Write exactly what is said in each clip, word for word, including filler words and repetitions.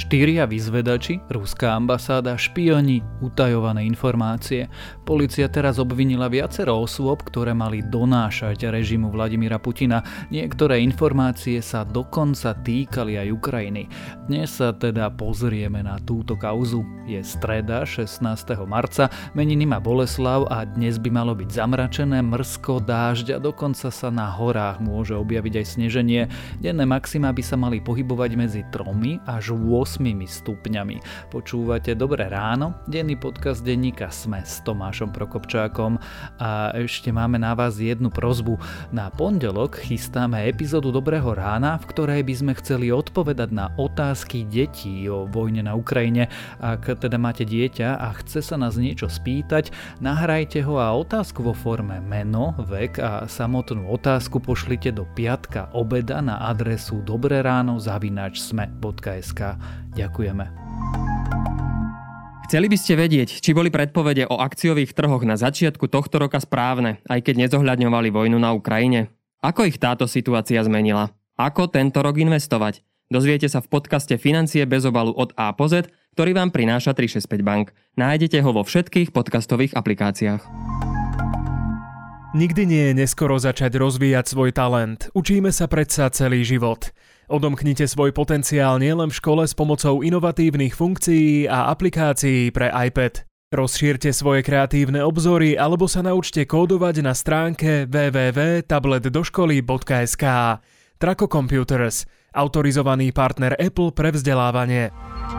Štyria vyzvedači, ruská ambasáda, špioni, utajované informácie. Polícia teraz obvinila viacero osôb, ktoré mali donášať režimu Vladimíra Putina. Niektoré informácie sa dokonca týkali aj Ukrajiny. Dnes sa teda pozrieme na túto kauzu. Je streda, šestnásteho marca, meniny má Boleslav a dnes by malo byť zamračené, mrzko, dážď a dokonca sa na horách môže objaviť aj sneženie. Denné maxima by sa mali pohybovať medzi tromi až ôsmimi stupňami. Počúvate Dobré ráno, denný podcast denníka SME s Tomášom Prokopčákom a ešte máme na vás jednu prosbu. Na pondelok chystáme epizódu Dobrého rána, v ktorej by sme chceli odpovedať na otázky detí o vojne na Ukrajine. Ak teda máte dieťa a chce sa nás niečo spýtať, nahrajte ho a otázku vo forme meno, vek a samotnú otázku pošlite do piatka obeda na adresu dobrerano zavináč sme bodka es ká. Ďakujeme. Chceli by ste vedieť, či boli predpovede o akciových trhoch na začiatku tohto roka správne, aj keď nezohľadňovali vojnu na Ukrajine? Ako ich táto situácia zmenila? Ako tento rok investovať? Dozviete sa v podcaste Financie bez obalu od A po Z, ktorý vám prináša tri šesť päť Bank. Nájdete ho vo všetkých podcastových aplikáciách. Nikdy nie je neskoro začať rozvíjať svoj talent. Učíme sa predsa celý život. Odomknite svoj potenciál nielen v škole s pomocou inovatívnych funkcií a aplikácií pre iPad. Rozšírte svoje kreatívne obzory alebo sa naučte kódovať na stránke w w w bodka tablet do školy bodka es ká. Traco Computers, autorizovaný partner Apple pre vzdelávanie.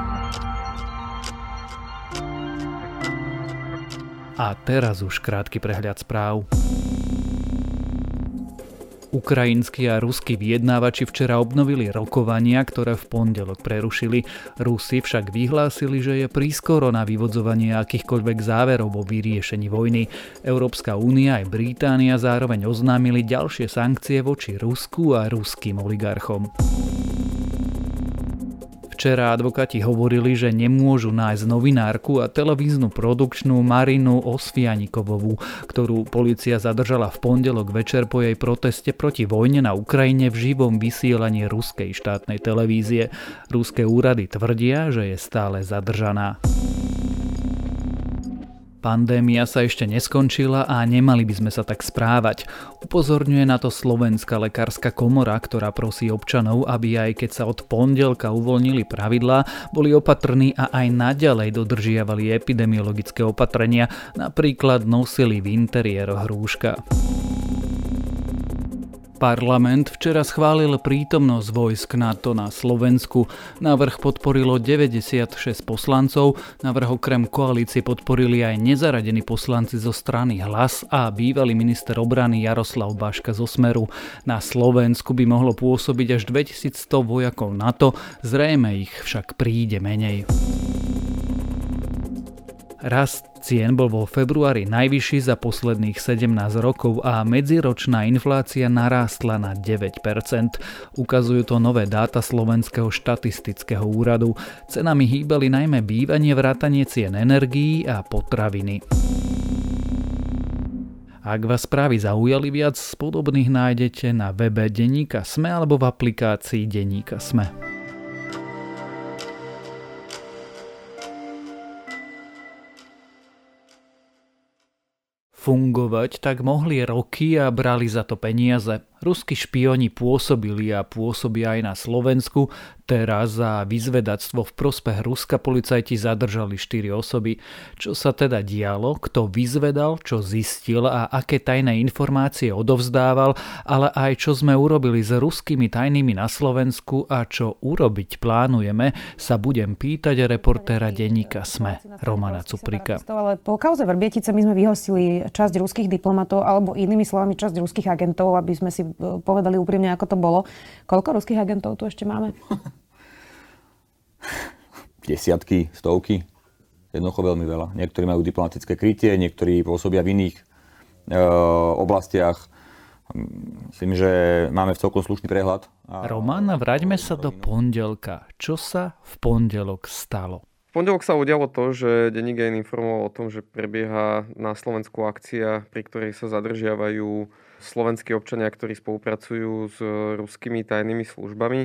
A teraz už krátky prehľad správ. Ukrajinskí a ruskí vyjednávači včera obnovili rokovania, ktoré v pondelok prerušili. Rusi však vyhlásili, že je prískoro na vyvodzovanie akýchkoľvek záverov o vyriešení vojny. Európska únia aj Británia zároveň oznámili ďalšie sankcie voči Rusku a ruským oligarchom. Včera advokáti hovorili, že nemôžu nájsť novinárku a televíznu produkčnú Marinu Osvianikovovú, ktorú polícia zadržala v pondelok večer po jej proteste proti vojne na Ukrajine v živom vysielaní ruskej štátnej televízie. Ruské úrady tvrdia, že je stále zadržaná. Pandémia sa ešte neskončila a nemali by sme sa tak správať. Upozorňuje na to Slovenská lekárska komora, ktorá prosí občanov, aby aj keď sa od pondelka uvoľnili pravidlá, boli opatrní a aj naďalej dodržiavali epidemiologické opatrenia, napríklad nosili v interiéroch rúška. Parlament včera schválil prítomnosť vojsk NATO na Slovensku. Návrh podporilo deväťdesiatšesť poslancov, návrh okrem koalície podporili aj nezaradení poslanci zo strany Hlas a bývalý minister obrany Jaroslav Baška zo Smeru. Na Slovensku by mohlo pôsobiť až dvetisícsto vojakov NATO, zrejme ich však príde menej. Rast cien bol vo februári najvyšší za posledných sedemnásť rokov a medziročná inflácia narástla na deväť percent. Ukazujú to nové dáta Slovenského štatistického úradu. Cenami hýbali najmä bývanie, vrátanie cien energií a potraviny. Ak vás správy zaujali, viac z podobných nájdete na webe denníka SME alebo v aplikácii denníka SME. Fungovať tak mohli roky a brali za to peniaze. Ruskí špioni pôsobili a pôsobia aj na Slovensku. Teraz za vyzvedactvo v prospech Ruska policajti zadržali štyri osoby. Čo sa teda dialo, kto vyzvedal, čo zistil a aké tajné informácie odovzdával, ale aj čo sme urobili s ruskými tajnými na Slovensku a čo urobiť plánujeme, sa budem pýtať reportéra denníka SME, Romana Cuprika. Ale po kauze Vrbietice my sme vyhostili časť ruských diplomatov, alebo inými slovami časť ruských agentov, aby sme si povedali úprimne, ako to bolo. Koľko ruských agentov tu ešte máme? Desiatky, stovky. Jednoducho veľmi veľa. Niektorí majú diplomatické krytie, niektorí pôsobia v iných e, oblastiach. Myslím, že máme v celkom slušný prehľad. A... Roman, vráťme sa do pondelka. Čo sa v pondelok stalo? V pondelok sa udialo to, že denník N informoval o tom, že prebieha na Slovensku akcia, pri ktorej sa zadržiavajú slovenskí občania, ktorí spolupracujú s ruskými tajnými službami.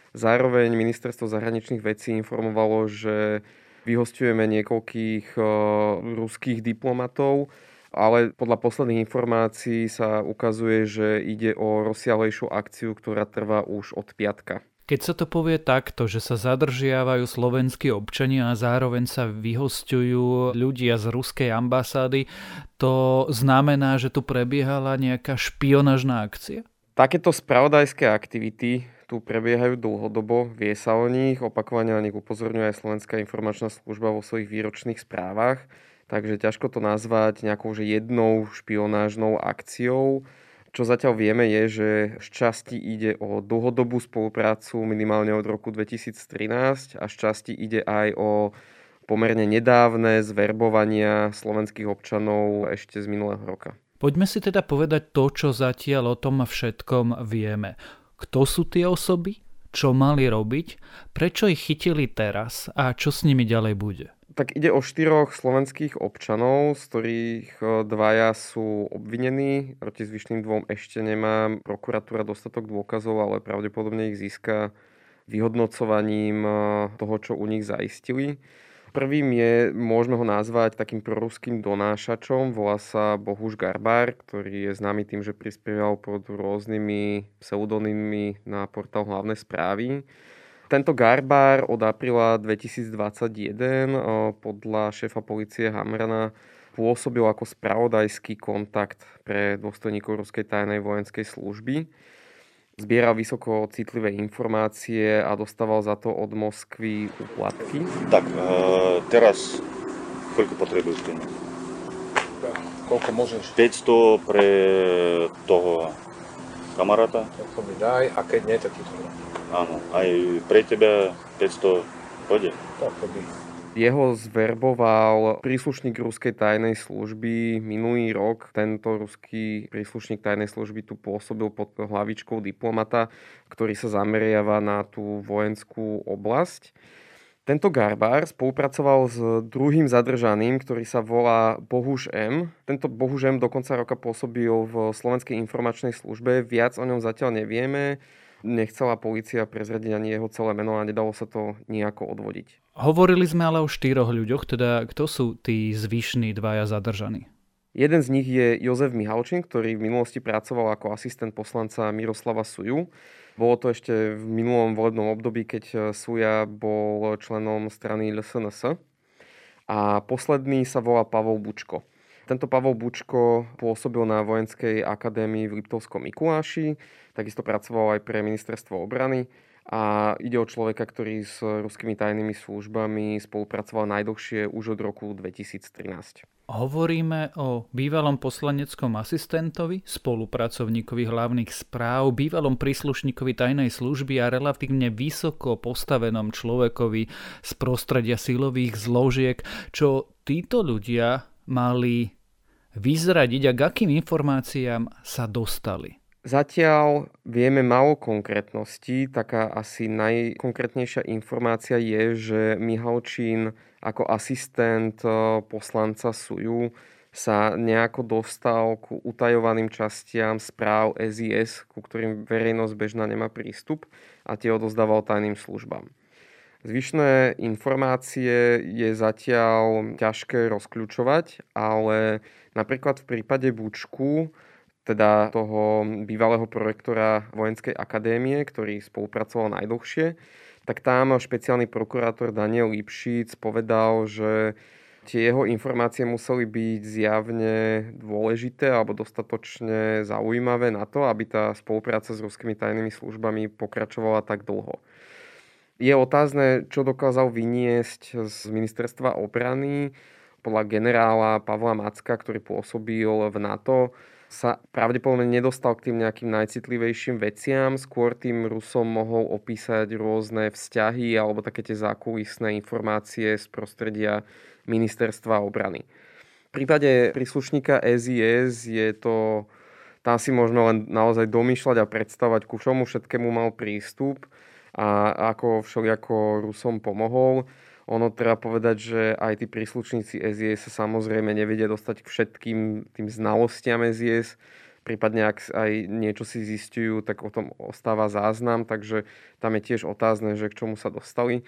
Zároveň ministerstvo zahraničných vecí informovalo, že vyhosťujeme niekoľkých uh, ruských diplomatov, ale podľa posledných informácií sa ukazuje, že ide o rozsiahlejšiu akciu, ktorá trvá už od piatka. Keď sa to povie takto, že sa zadržiavajú slovenskí občania a zároveň sa vyhosťujú ľudia z ruskej ambasády, to znamená, že tu prebiehala nejaká špionážna akcia? Takéto spravodajské aktivity tu prebiehajú dlhodobo, vie sa o nich, opakovane na nich upozorňuje aj Slovenská informačná služba vo svojich výročných správach, takže ťažko to nazvať nejakou že jednou špionážnou akciou. Čo zatiaľ vieme je, že z časti ide o dlhodobú spoluprácu minimálne od roku dvetisíctrinásť a z časti ide aj o pomerne nedávne zverbovania slovenských občanov ešte z minulého roka. Poďme si teda povedať to, čo zatiaľ o tom všetkom vieme. Kto sú tie osoby? Čo mali robiť? Prečo ich chytili teraz? A čo s nimi ďalej bude? Tak ide o štyroch slovenských občanov, z ktorých dvaja sú obvinení. Proti zvyšným dvom ešte nemá prokuratúra dostatok dôkazov, ale pravdepodobne ich získa vyhodnocovaním toho, čo u nich zaistili. Prvým je, môžeme ho nazvať takým proruským donášačom, volá sa Bohuš Garbár, ktorý je známy tým, že prispieval pod rôznymi pseudonymmi na portál Hlavné správy. Tento Garbár od apríla dvetisícdvadsaťjeden podľa šéfa polície Hamrana pôsobil ako spravodajský kontakt pre dôstojníkov ruskej tajnej vojenskej služby. Zbieral vysoko citlivé informácie a dostával za to od Moskvy úplatky. Tak, e, teraz koľko potrebuješ peniaz? Koľko môžeš? päťsto pre toho kamaráta. To mi daj a keď nie, tak ti to dám. Áno, aj pre teba päťsto pôjde. Tak to by. Jeho zverboval príslušník ruskej tajnej služby minulý rok. Tento ruský príslušník tajnej služby tu pôsobil pod hlavičkou diplomata, ktorý sa zameriava na tú vojenskú oblasť. Tento Garbár spolupracoval s druhým zadržaným, ktorý sa volá Bohuš M. Tento Bohuš M do konca roka pôsobil v Slovenskej informačnej službe. Viac o ňom zatiaľ nevieme. Nechcela polícia prezradiť ani jeho celé meno a nedalo sa to nejako odvodiť. Hovorili sme ale o štyroch ľuďoch, teda kto sú tí zvyšní dvaja zadržaní? Jeden z nich je Jozef Mihalčín, ktorý v minulosti pracoval ako asistent poslanca Miroslava Suju. Bolo to ešte v minulom volebnom období, keď Suja bol členom strany el es en es. A posledný sa volá Pavol Bučko. Tento Pavol Bučko pôsobil na Vojenskej akadémii v Liptovskom Mikuláši, takisto pracoval aj pre ministerstvo obrany a ide o človeka, ktorý s ruskými tajnými službami spolupracoval najdlhšie už od roku dvetisíctrinásť. Hovoríme o bývalom poslaneckom asistentovi, spolupracovníkovi hlavných správ, bývalom príslušníkovi tajnej služby a relatívne vysoko postavenom človekovi z prostredia silových zložiek, čo títo ľudia mali vyzradiť a k akým informáciám sa dostali. Zatiaľ vieme málo konkrétností. Taká asi najkonkrétnejšia informácia je, že Mihalčín ako asistent poslanca Suju sa nejako dostal ku utajovaným častiam správ es í es, ku ktorým verejnosť bežná nemá prístup a tie odozdával tajným službám. Zvyšné informácie je zatiaľ ťažké rozkľúčovať, ale napríklad v prípade Bučku, teda toho bývalého prorektora Vojenskej akadémie, ktorý spolupracoval najdlhšie, tak tam špeciálny prokurátor Daniel Lipšic povedal, že tie jeho informácie museli byť zjavne dôležité alebo dostatočne zaujímavé na to, aby tá spolupráca s ruskými tajnými službami pokračovala tak dlho. Je otázne, čo dokázal vyniesť z ministerstva obrany. Podľa generála Pavla Macka, ktorý pôsobil v NATO, sa pravdepodobne nedostal k tým nejakým najcitlivejším veciam. Skôr tým Rusom mohol opísať rôzne vzťahy alebo také tie zákulisné informácie z prostredia ministerstva obrany. V prípade príslušníka es í es je to, tam si môžeme len naozaj domýšľať a predstavať, ku čomu všetkému mal prístup a ako všelijako Rusom pomohol. Ono treba povedať, že aj tí príslušníci es í es sa samozrejme nevedia dostať k všetkým tým znalostiam es í es. prípadne ak aj niečo si zistujú, tak o tom ostáva záznam, takže tam je tiež otázne, že k čomu sa dostali.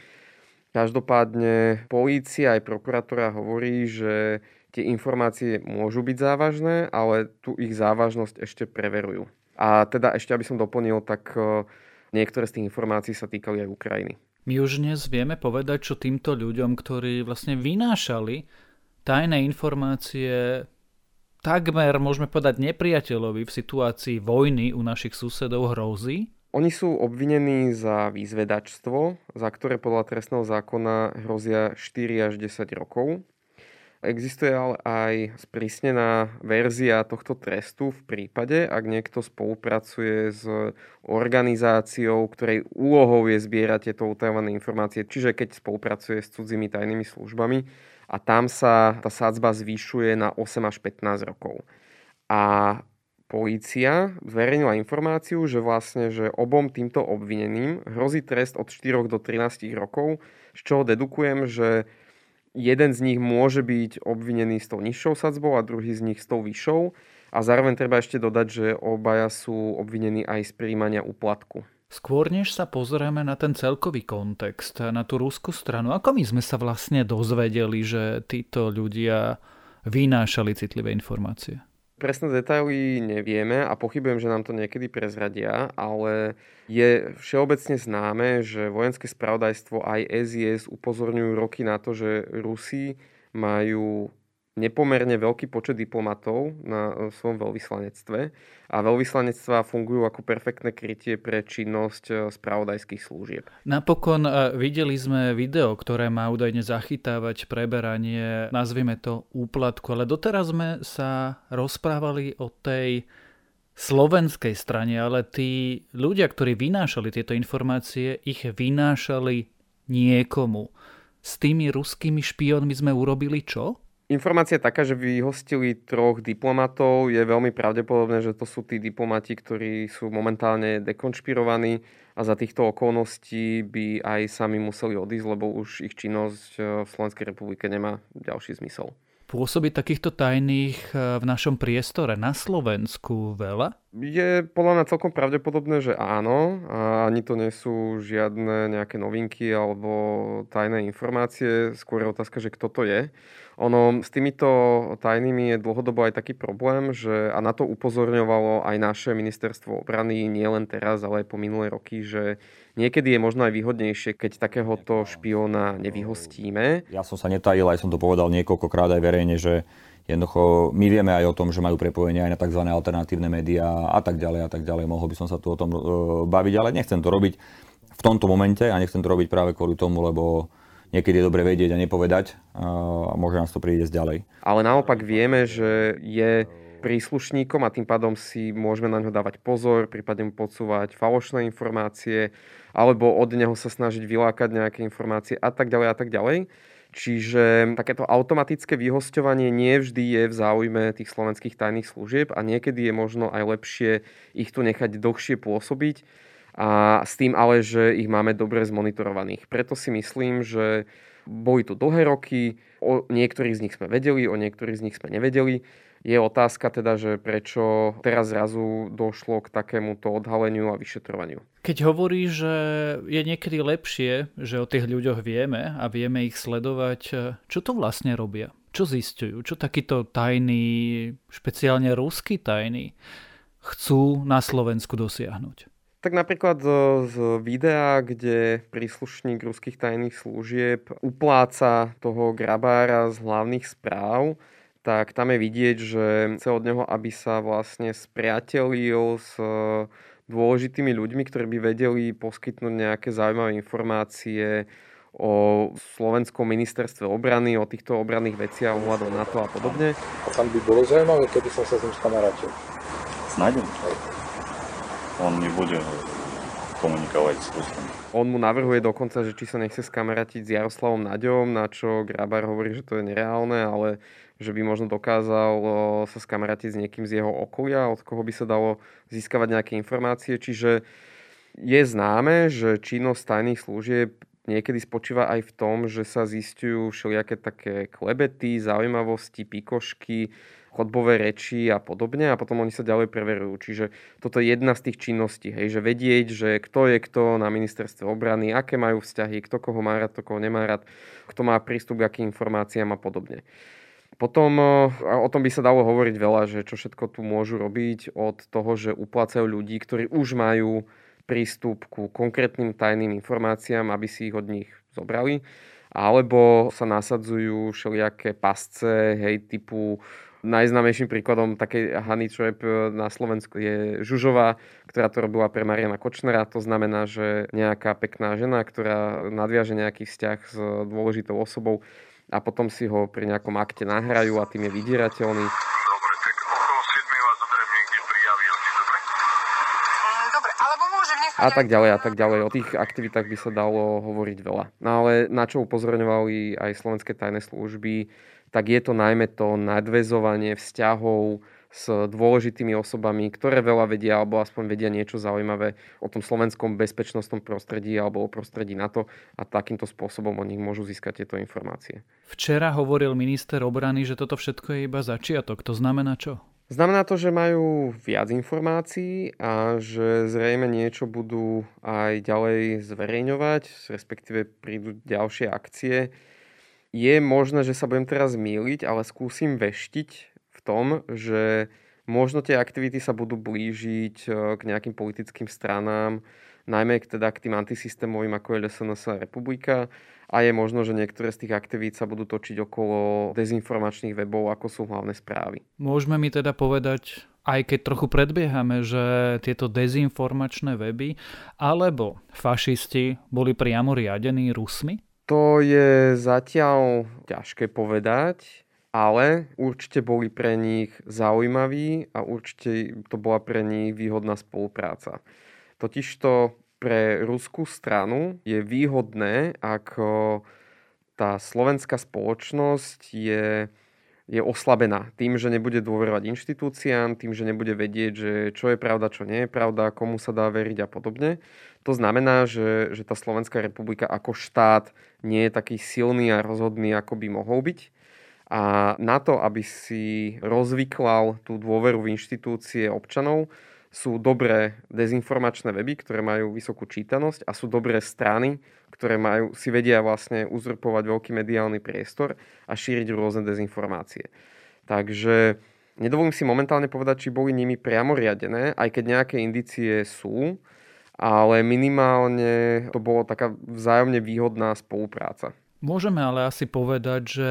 Každopádne polícia aj prokuratúra hovorí, že tie informácie môžu byť závažné, ale tu ich závažnosť ešte preverujú. A teda ešte, aby som doplnil, tak niektoré z tých informácií sa týkali aj Ukrajiny. My už dnes vieme povedať, čo týmto ľuďom, ktorí vlastne vynášali tajné informácie takmer, môžeme povedať, nepriateľovi v situácii vojny u našich susedov hrozí? Oni sú obvinení za vyzvedačstvo, za ktoré podľa trestného zákona hrozia štyri až desať rokov. Existuje ale aj sprísnená verzia tohto trestu v prípade, ak niekto spolupracuje s organizáciou, ktorej úlohou je zbierať tieto utajované informácie, čiže keď spolupracuje s cudzými tajnými službami, a tam sa tá sadzba zvyšuje na osem až pätnásť rokov. A polícia zverejnila informáciu, že vlastne, že obom týmto obvineným hrozí trest od štyroch do trinástich rokov, z čoho dedukujem, že jeden z nich môže byť obvinený s tou nižšou sadzbou a druhý z nich s tou vyššou. A zároveň treba ešte dodať, že obaja sú obvinení aj z prijímania úplatku. Skôr než sa pozrieme na ten celkový kontext, na tú ruskú stranu, ako my sme sa vlastne dozvedeli, že títo ľudia vynášali citlivé informácie? Presné detaily nevieme a pochybujem, že nám to niekedy prezradia, ale je všeobecne známe, že vojenské spravodajstvo aj es í es upozorňujú roky na to, že Rusi majú nepomerne veľký počet diplomatov na svojom veľvyslanectve a veľvyslanectvá fungujú ako perfektné krytie pre činnosť spravodajských služieb. Napokon videli sme video, ktoré má údajne zachytávať preberanie, nazvime to úplatku, ale doteraz sme sa rozprávali o tej slovenskej strane, ale tí ľudia, ktorí vynášali tieto informácie, ich vynášali niekomu. S tými ruskými špiónmi sme urobili čo? Informácia je taká, že vyhostili troch diplomatov. Je veľmi pravdepodobné, že to sú tí diplomati, ktorí sú momentálne dekonšpirovaní a za týchto okolností by aj sami museli odísť, lebo už ich činnosť v Slovenskej republike nemá ďalší zmysel. Pôsobí takýchto tajných v našom priestore na Slovensku veľa? Je podľa mňa celkom pravdepodobné, že áno. A ani to nie sú žiadne nejaké novinky alebo tajné informácie. Skôr je otázka, že kto to je. Ono s týmito tajnými je dlhodobo aj taký problém, že a na to upozorňovalo aj naše ministerstvo obrany nie len teraz, ale aj po minulé roky, že niekedy je možno aj výhodnejšie, keď takéhoto špióna nevyhostíme. Ja som sa netajil, aj som to povedal niekoľkokrát aj verejne, že jednoducho my vieme aj o tom, že majú prepojenie aj na tzv. Alternatívne médiá a tak ďalej a tak ďalej. Mohol by som sa tu o tom baviť, ale nechcem to robiť v tomto momente a nechcem to robiť práve kvôli tomu, lebo niekedy je dobre vedieť a nepovedať a môže nás to prísť ďalej. Ale naopak vieme, že je príslušníkom a tým pádom si môžeme na ňo dávať pozor, prípadne mu podsúvať falošné informácie alebo od neho sa snažiť vylákať nejaké informácie a tak ďalej a tak ďalej. Čiže takéto automatické vyhosťovanie nie vždy je v záujme tých slovenských tajných služieb a niekedy je možno aj lepšie ich tu nechať dlhšie pôsobiť. A s tým ale, že ich máme dobre zmonitorovaných. Preto si myslím, že boli tu dlhé roky, o niektorých z nich sme vedeli, o niektorých z nich sme nevedeli. Je otázka teda, že prečo teraz zrazu došlo k takémuto odhaleniu a vyšetrovaniu. Keď hovorí, že je niekedy lepšie, že o tých ľuďoch vieme a vieme ich sledovať, čo to vlastne robia? Čo zistujú? Čo takíto tajní, špeciálne ruskí tajní, chcú na Slovensku dosiahnuť? Tak napríklad z videa, kde príslušník ruských tajných služieb upláca toho grabára z hlavných správ, tak tam je vidieť, že chce od neho, aby sa vlastne spriatelil s dôležitými ľuďmi, ktorí by vedeli poskytnúť nejaké zaujímavé informácie o slovenskom ministerstve obrany, o týchto obranných veciach ohľadom NATO a podobne. A tam by bolo zaujímavé, keby som sa s ním skamarátil. Snáď on nebude komunikovať s Ruskom. On mu navrhuje dokonca, že či sa nechce skamaratiť s Jaroslavom Naďom, na čo Grabár hovorí, že to je nereálne, ale že by možno dokázal sa skamaratiť s niekým z jeho okolia, od koho by sa dalo získavať nejaké informácie. Čiže je známe, že činnosť tajných služieb niekedy spočíva aj v tom, že sa zisťujú všelijaké také klebety, zaujímavosti, pikošky, chodbové reči a podobne a potom oni sa ďalej preverujú. Čiže toto je jedna z tých činností, hej, že vedieť, že kto je kto na ministerstve obrany, aké majú vzťahy, kto koho má rád, kto koho nemá rád, kto má prístup k akým informáciám a podobne. Potom o tom by sa dalo hovoriť veľa, že čo všetko tu môžu robiť od toho, že uplácajú ľudí, ktorí už majú prístup ku konkrétnym tajným informáciám, aby si ich od nich zobrali, alebo sa nasadzujú všelijaké pasce, hej, typu najznámejším príkladom takej honey trap na Slovensku je Žužová, ktorá to robila pre Mariana Kočnera. To znamená, že nejaká pekná žena, ktorá nadviaže nejaký vzťah s dôležitou osobou a potom si ho pri nejakom akte nahrajú a tým je vydierateľný. Dobre, tak okolo siedmej vás zoberiem niekde pri Javiote, dobre? Mm, dobre, alebo môžem nechať... A tak ďalej, a tak ďalej. O tých aktivitách by sa dalo hovoriť veľa. No ale na čo upozorňovali aj slovenské tajné služby, tak je to najmä to nadväzovanie vzťahov s dôležitými osobami, ktoré veľa vedia, alebo aspoň vedia niečo zaujímavé o tom slovenskom bezpečnostnom prostredí alebo o prostredí NATO a takýmto spôsobom od nich môžu získať tieto informácie. Včera hovoril minister obrany, že toto všetko je iba začiatok. To znamená čo? Znamená to, že majú viac informácií a že zrejme niečo budú aj ďalej zverejňovať, respektíve prídu ďalšie akcie. Je možné, že sa budem teraz mýliť, ale skúsim veštiť v tom, že možno tie aktivity sa budú blížiť k nejakým politickým stranám, najmä teda k tým antisystémovým, ako je es en es a Republika. A je možno, že niektoré z tých aktivít sa budú točiť okolo dezinformačných webov, ako sú Hlavné správy. Môžeme mi teda povedať, aj keď trochu predbiehame, že tieto dezinformačné weby alebo fašisti boli priamo riadení Rusmi? To je zatiaľ ťažké povedať, ale určite boli pre nich zaujímaví a určite to bola pre nich výhodná spolupráca. Totižto pre ruskú stranu je výhodné, ako tá slovenská spoločnosť je, je oslabená tým, že nebude dôverovať inštitúciám, tým, že nebude vedieť, že čo je pravda, čo nie je pravda, komu sa dá veriť a podobne. To znamená, že, že tá Slovenská republika ako štát nie je taký silný a rozhodný, ako by mohol byť. A na to, aby si rozvyklal tú dôveru v inštitúcie občanov, sú dobré dezinformačné weby, ktoré majú vysokú čítanosť a sú dobré strany, ktoré majú, si vedia vlastne uzurpovať veľký mediálny priestor a šíriť rôzne dezinformácie. Takže nedovolím si momentálne povedať, či boli nimi priamo riadené, aj keď nejaké indície sú, ale minimálne to bolo taká vzájomne výhodná spolupráca. Môžeme ale asi povedať, že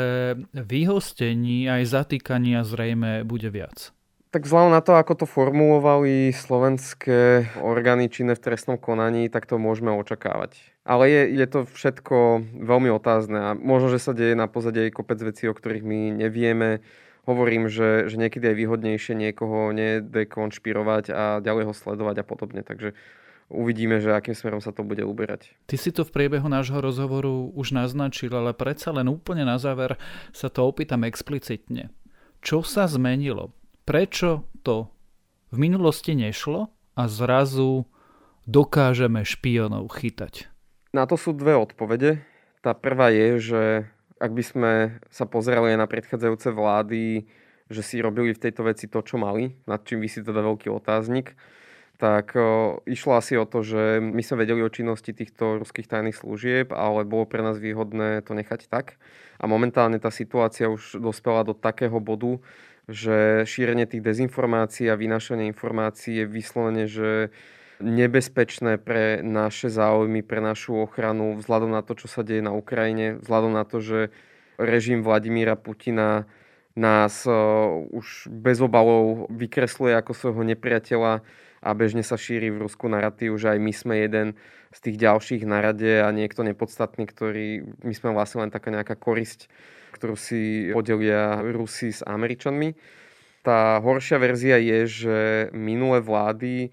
vyhostení aj zatýkania zrejme bude viac. Tak vzhľadom na to, ako to formulovali slovenské orgány činné v trestnom konaní, tak to môžeme očakávať. Ale je, je to všetko veľmi otázne a možno, že sa deje na pozadí aj kopec vecí, o ktorých my nevieme. Hovorím, že, že niekedy je výhodnejšie niekoho nedekonšpirovať a ďalej ho sledovať a podobne. Takže uvidíme, že akým smerom sa to bude uberať. Ty si to v priebehu nášho rozhovoru už naznačil, ale predsa len úplne na záver sa to opýtam explicitne. Čo sa zmenilo? Prečo to v minulosti nešlo a zrazu dokážeme špionov chytať? Na to sú dve odpovede. Tá prvá je, že ak by sme sa pozerali na predchádzajúce vlády, že si robili v tejto veci to, čo mali, nad čím visí teda veľký otáznik, tak o, išlo asi o to, že my sme vedeli o činnosti týchto ruských tajných služieb, ale bolo pre nás výhodné to nechať tak. A momentálne tá situácia už dospela do takého bodu, že šírenie tých dezinformácií a vynášanie informácií je vyslovene, že nebezpečné pre naše záujmy, pre našu ochranu, vzhľadom na to, čo sa deje na Ukrajine, vzhľadom na to, že režim Vladimíra Putina nás uh, už bez obalov vykresluje ako svojho nepriateľa a bežne sa šíri v Rusku narratív, že aj my sme jeden z tých ďalších na rade a niekto nepodstatný, ktorý, my sme vlastne len taká nejaká korisť, ktorú si podelia Rusi s Američanmi. Tá horšia verzia je, že minulé vlády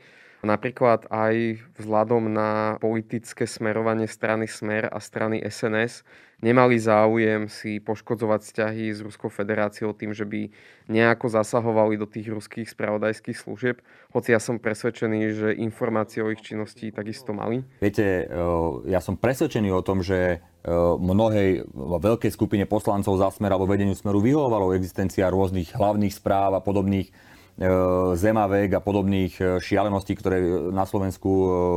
Napríklad aj vzhľadom na politické smerovanie strany Smer a strany es en es nemali záujem si poškodzovať vzťahy s Ruskou federáciou tým, že by nejako zasahovali do tých ruských spravodajských služieb, hoci ja som presvedčený, že informácie o ich činnosti takisto mali. Viete, ja som presvedčený o tom, že mnohej veľkej skupine poslancov za Smer alebo vedeniu Smeru vyhovovalo existencia rôznych hlavných správ a podobných zemavek a podobných šialeností, ktoré na Slovensku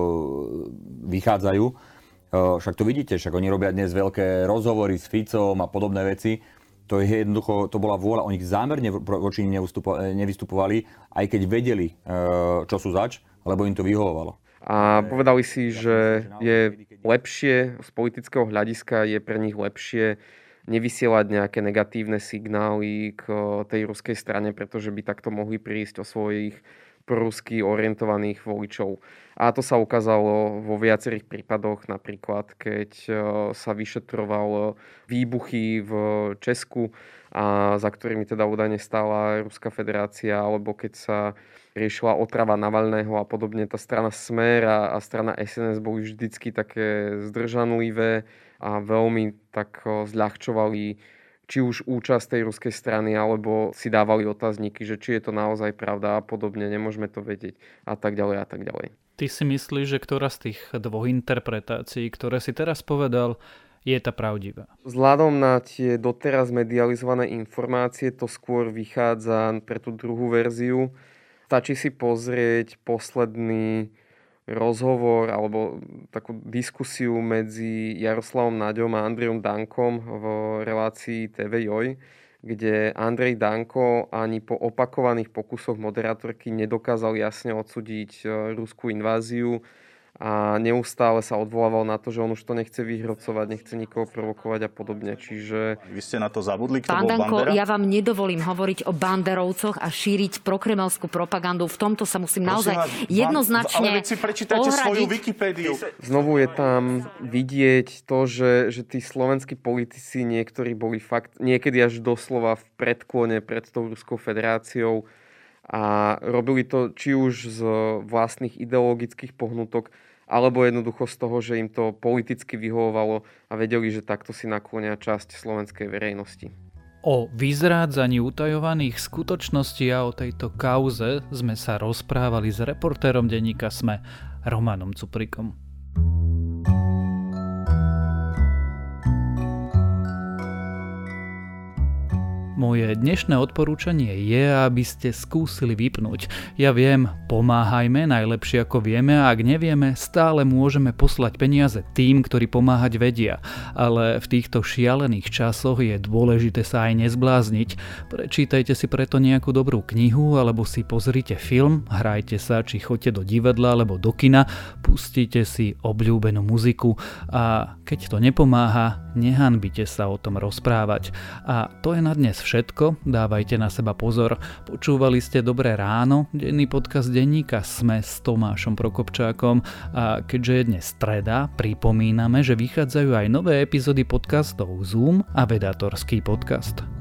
vychádzajú. Však to vidíte, však oni robia dnes veľké rozhovory s Ficom a podobné veci. To je jednoducho, to bola vôľa, oni zámerne voči nim nevystupovali, aj keď vedeli, čo sú zač, lebo im to vyhovovalo. A povedali si, že je lepšie, z politického hľadiska je pre nich lepšie nevysielať nejaké negatívne signály k tej ruskej strane, pretože by takto mohli prísť o svojich prorusky orientovaných voličov. A to sa ukázalo vo viacerých prípadoch, napríklad keď sa vyšetroval výbuchy v Česku, a za ktorými teda údajne stála Ruská federácia, alebo keď sa riešila otrava Navalného a podobne. Tá strana Smer a, a strana es en es boli vždycky také zdržanlivé a veľmi tak zľahčovali či už účasť tej ruskej strany, alebo si dávali otázniky, že či je to naozaj pravda a podobne, nemôžeme to vedieť a tak ďalej a tak ďalej. Ty si myslíš, že ktorá z tých dvoch interpretácií, ktoré si teraz povedal, je tá pravdivá? Vzhľadom na tie doteraz medializované informácie to skôr vychádza pre tú druhú verziu. Stačí si pozrieť posledný rozhovor alebo takú diskusiu medzi Jaroslavom Naďom a Andrejom Dankom v relácii té vé Joj, kde Andrej Danko ani po opakovaných pokusoch moderátorky nedokázal jasne odsúdiť ruskú inváziu a neustále sa odvolával na to, že on už to nechce vyhrocovať, nechce nikoho provokovať a podobne. Čiže... Vy ste na to zabudli, kto Pán bol Danko, Bandera? ja vám nedovolím hovoriť o banderovcoch a šíriť prokremelskú propagandu. V tomto sa musím Prosím naozaj vás, jednoznačne ale veď si prečítajte ohradiť. svoju Wikipédiu. Znovu je tam vidieť to, že, že tí slovenskí politici niektorí boli fakt niekedy až doslova v predklone pred tou Ruskou federáciou a robili to či už z vlastných ideologických pohnutok, alebo jednoducho z toho, že im to politicky vyhovovalo a vedeli, že takto si naklonia časť slovenskej verejnosti. O vyzrádzaní utajovaných skutočností a o tejto kauze sme sa rozprávali s reportérom denníka SME Romanom Cuprikom. Moje dnešné odporúčanie je, aby ste skúsili vypnúť. Ja viem, pomáhajme najlepšie ako vieme a ak nevieme, stále môžeme poslať peniaze tým, ktorí pomáhať vedia. Ale v týchto šialených časoch je dôležité sa aj nezblázniť. Prečítajte si preto nejakú dobrú knihu alebo si pozrite film, hrajte sa či choďte do divadla alebo do kina, pustite si obľúbenú muziku a keď to nepomáha, nehanbite sa o tom rozprávať. A to je na dnes všetko, dávajte na seba pozor. Počúvali ste Dobré ráno, denný podcast denníka SME s Tomášom Prokopčákom a keďže je dnes streda, pripomíname, že vychádzajú aj nové epizódy podcastov Zoom a Vedátorský podcast.